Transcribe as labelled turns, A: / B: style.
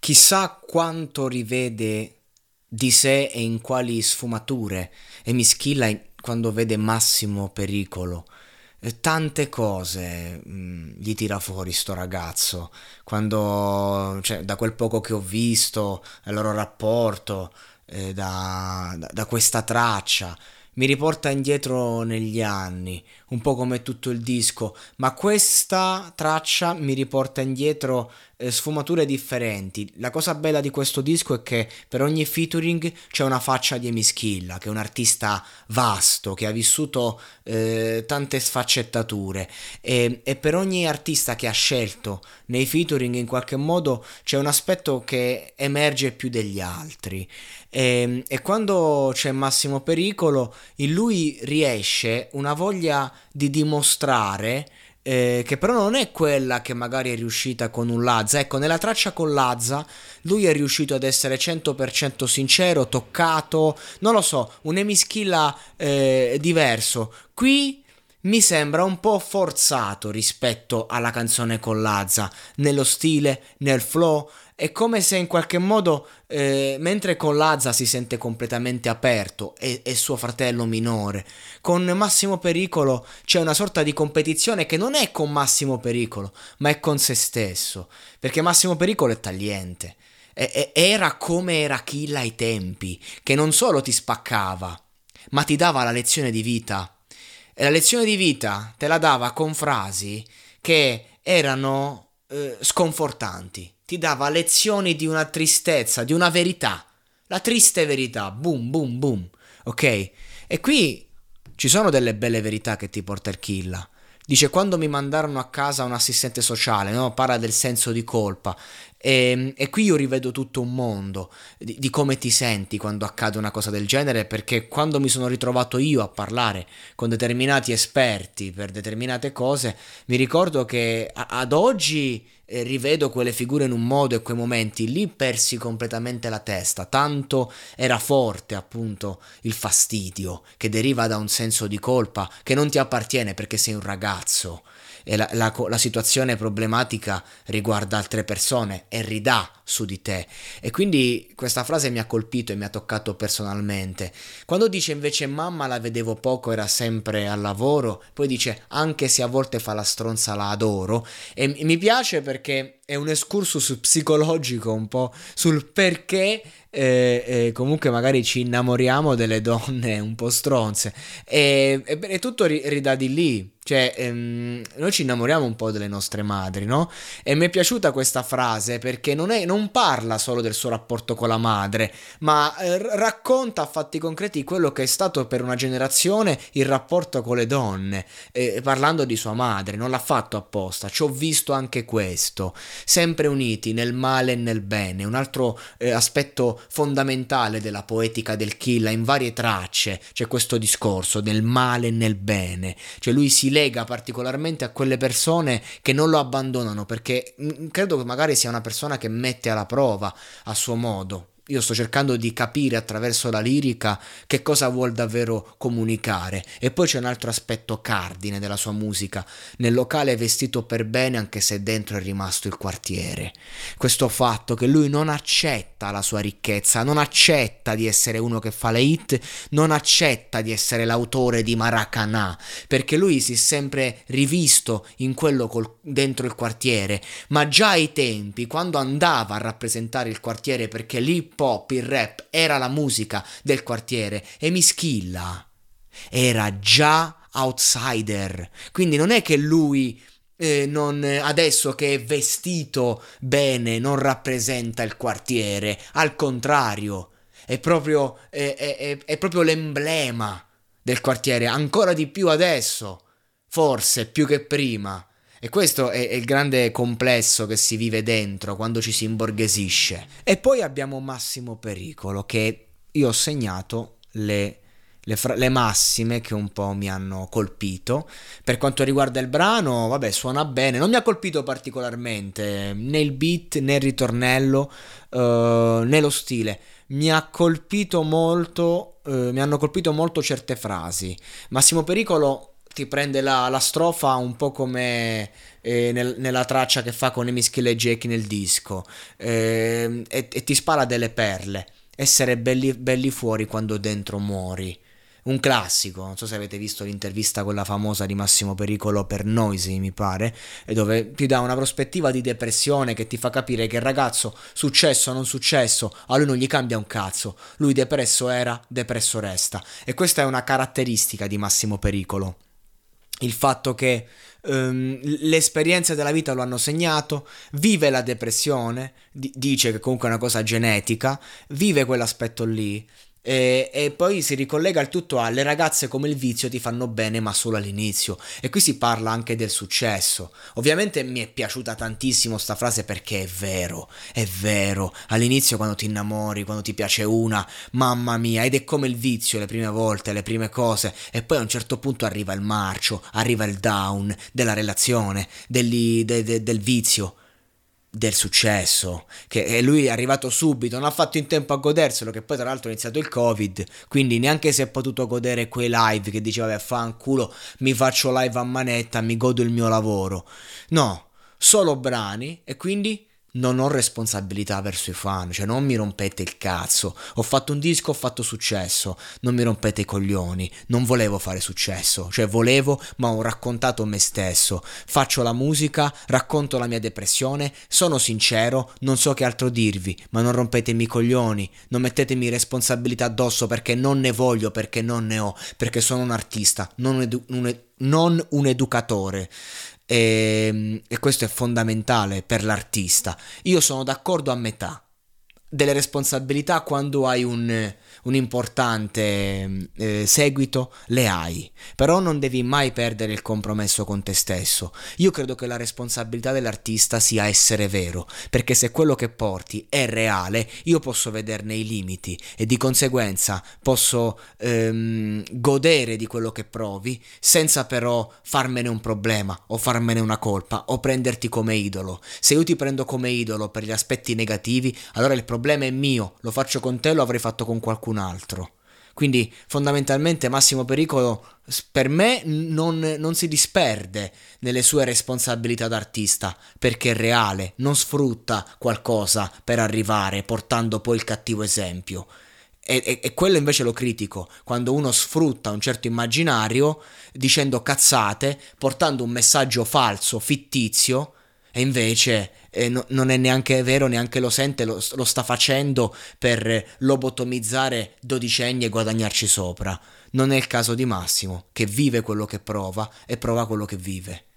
A: Chissà quanto rivede di sé e in quali sfumature e quando vede Massimo Pericolo. Tante cose gli tira fuori sto ragazzo, quando, cioè, da quel poco che ho visto, il loro rapporto, da questa traccia. Mi riporta indietro negli anni, un po' come tutto il disco, ma questa traccia mi riporta indietro sfumature differenti. La cosa bella di questo disco è che per ogni featuring c'è una faccia di Emischilla, che è un artista vasto, che ha vissuto tante sfaccettature e per ogni artista che ha scelto nei featuring in qualche modo c'è un aspetto che emerge più degli altri. E quando c'è Massimo Pericolo, in lui riesce una voglia di dimostrare che però non è quella che magari è riuscita con un Lazza. Ecco, nella traccia con Lazza lui è riuscito ad essere 100% sincero, toccato, non lo so, un Emischilla diverso. Qui mi sembra un po' forzato rispetto alla canzone con Lazza, nello stile, nel flow. È come se in qualche modo, mentre con Lazza si sente completamente aperto, è suo fratello minore, con Massimo Pericolo c'è una sorta di competizione che non è con Massimo Pericolo, ma è con se stesso, perché Massimo Pericolo è tagliente. Era come era Killa ai tempi, che non solo ti spaccava, ma ti dava la lezione di vita. E la lezione di vita te la dava con frasi che erano sconfortanti. Ti dava lezioni di una tristezza, di una verità. La triste verità. Boom, boom, boom. Ok? E qui ci sono delle belle verità che ti porta il Killa. Dice quando mi mandarono a casa un assistente sociale, no? Parla del senso di colpa. E qui io rivedo tutto un mondo di come ti senti quando accade una cosa del genere, perché quando mi sono ritrovato io a parlare con determinati esperti per determinate cose, mi ricordo che ad oggi rivedo quelle figure in un modo e quei momenti lì persi completamente la testa, tanto era forte appunto il fastidio che deriva da un senso di colpa che non ti appartiene perché sei un ragazzo e la situazione problematica riguarda altre persone e ridà su di te. E quindi questa frase mi ha colpito e mi ha toccato personalmente. Quando dice invece mamma la vedevo poco, era sempre al lavoro, poi dice anche se a volte fa la stronza la adoro, e mi piace perché è un excursus psicologico un po' sul perché comunque magari ci innamoriamo delle donne un po' stronze e tutto ridà di lì, cioè noi ci innamoriamo un po' delle nostre madri, no? E mi è piaciuta questa frase perché non parla solo del suo rapporto con la madre, ma racconta a fatti concreti quello che è stato per una generazione il rapporto con le donne, parlando di sua madre. Non l'ha fatto apposta, ci ho visto anche questo, sempre uniti nel male e nel bene, un altro aspetto fondamentale della poetica del Killa. In varie tracce c'è questo discorso del male e nel bene, cioè lui si lega particolarmente a quelle persone che non lo abbandonano, perché credo che magari sia una persona che mette alla prova a suo modo. Io sto cercando di capire attraverso la lirica che cosa vuol davvero comunicare. E poi c'è un altro aspetto cardine della sua musica. Nel locale è vestito per bene anche se dentro è rimasto il quartiere. Questo fatto che lui non accetta la sua ricchezza, non accetta di essere uno che fa le hit, non accetta di essere l'autore di Maracanã, perché lui si è sempre rivisto in quello dentro il quartiere, ma già ai tempi, quando andava a rappresentare il quartiere, perché l'hip hop, il rap era la musica del quartiere, e Mischilla era già outsider, quindi non è che lui non, adesso che è vestito bene non rappresenta il quartiere, al contrario, è proprio l'emblema del quartiere, ancora di più adesso, forse più che prima. E questo è il grande complesso che si vive dentro quando ci si imborghesisce. E poi abbiamo Massimo Pericolo, che io ho segnato le massime che un po' mi hanno colpito. Per quanto riguarda il brano, vabbè, suona bene, non mi ha colpito particolarmente né il beat né il ritornello né lo stile. Mi hanno colpito molto certe frasi. Massimo Pericolo ti prende la strofa un po' come nella traccia che fa con i Mischi e Jackie nel disco, e ti spara delle perle. Essere belli, belli fuori quando dentro muori. Un classico, non so se avete visto l'intervista quella famosa di Massimo Pericolo per Noisy, mi pare, e dove ti dà una prospettiva di depressione che ti fa capire che il ragazzo, successo o non successo, a lui non gli cambia un cazzo. Lui depresso era, depresso resta. E questa è una caratteristica di Massimo Pericolo. Il fatto che le esperienze della vita lo hanno segnato, vive la depressione, dice che comunque è una cosa genetica, vive quell'aspetto lì e poi si ricollega il tutto alle ragazze come il vizio ti fanno bene ma solo all'inizio, e qui si parla anche del successo. Ovviamente mi è piaciuta tantissimo sta frase perché è vero, all'inizio quando ti innamori, quando ti piace una, mamma mia, ed è come il vizio le prime volte, le prime cose, e poi a un certo punto arriva il marcio, arriva il down della relazione, del vizio, del successo, che lui è arrivato subito, non ha fatto in tempo a goderselo, che poi tra l'altro è iniziato il Covid, quindi neanche si è potuto godere quei live che diceva vabbè fanculo, mi faccio live a manetta, mi godo il mio lavoro. No, solo brani, e quindi non ho responsabilità verso i fan, cioè non mi rompete il cazzo, ho fatto un disco, ho fatto successo, non mi rompete i coglioni, non volevo fare successo, cioè volevo, ma ho raccontato me stesso, faccio la musica, racconto la mia depressione, sono sincero, non so che altro dirvi, ma non rompetemi i coglioni, non mettetemi responsabilità addosso perché non ne voglio, perché non ne ho, perché sono un artista, non un educatore. E questo è fondamentale per l'artista. Io sono d'accordo a metà. Delle responsabilità quando hai un importante seguito, le hai, però non devi mai perdere il compromesso con te stesso. Io credo che la responsabilità dell'artista sia essere vero, perché se quello che porti è reale, io posso vederne i limiti e di conseguenza posso godere di quello che provi senza però farmene un problema o farmene una colpa o prenderti come idolo. Se io ti prendo come idolo per gli aspetti negativi, allora il problema è mio, lo faccio con te, lo avrei fatto con qualcun altro. Quindi fondamentalmente Massimo Pericolo per me non si disperde nelle sue responsabilità d'artista perché è reale, non sfrutta qualcosa per arrivare portando poi il cattivo esempio. E quello invece lo critico, quando uno sfrutta un certo immaginario dicendo cazzate, portando un messaggio falso, fittizio, e invece non è neanche vero, neanche lo sente, lo sta facendo per lobotomizzare dodicenni e guadagnarci sopra. Non è il caso di Massimo, che vive quello che prova e prova quello che vive.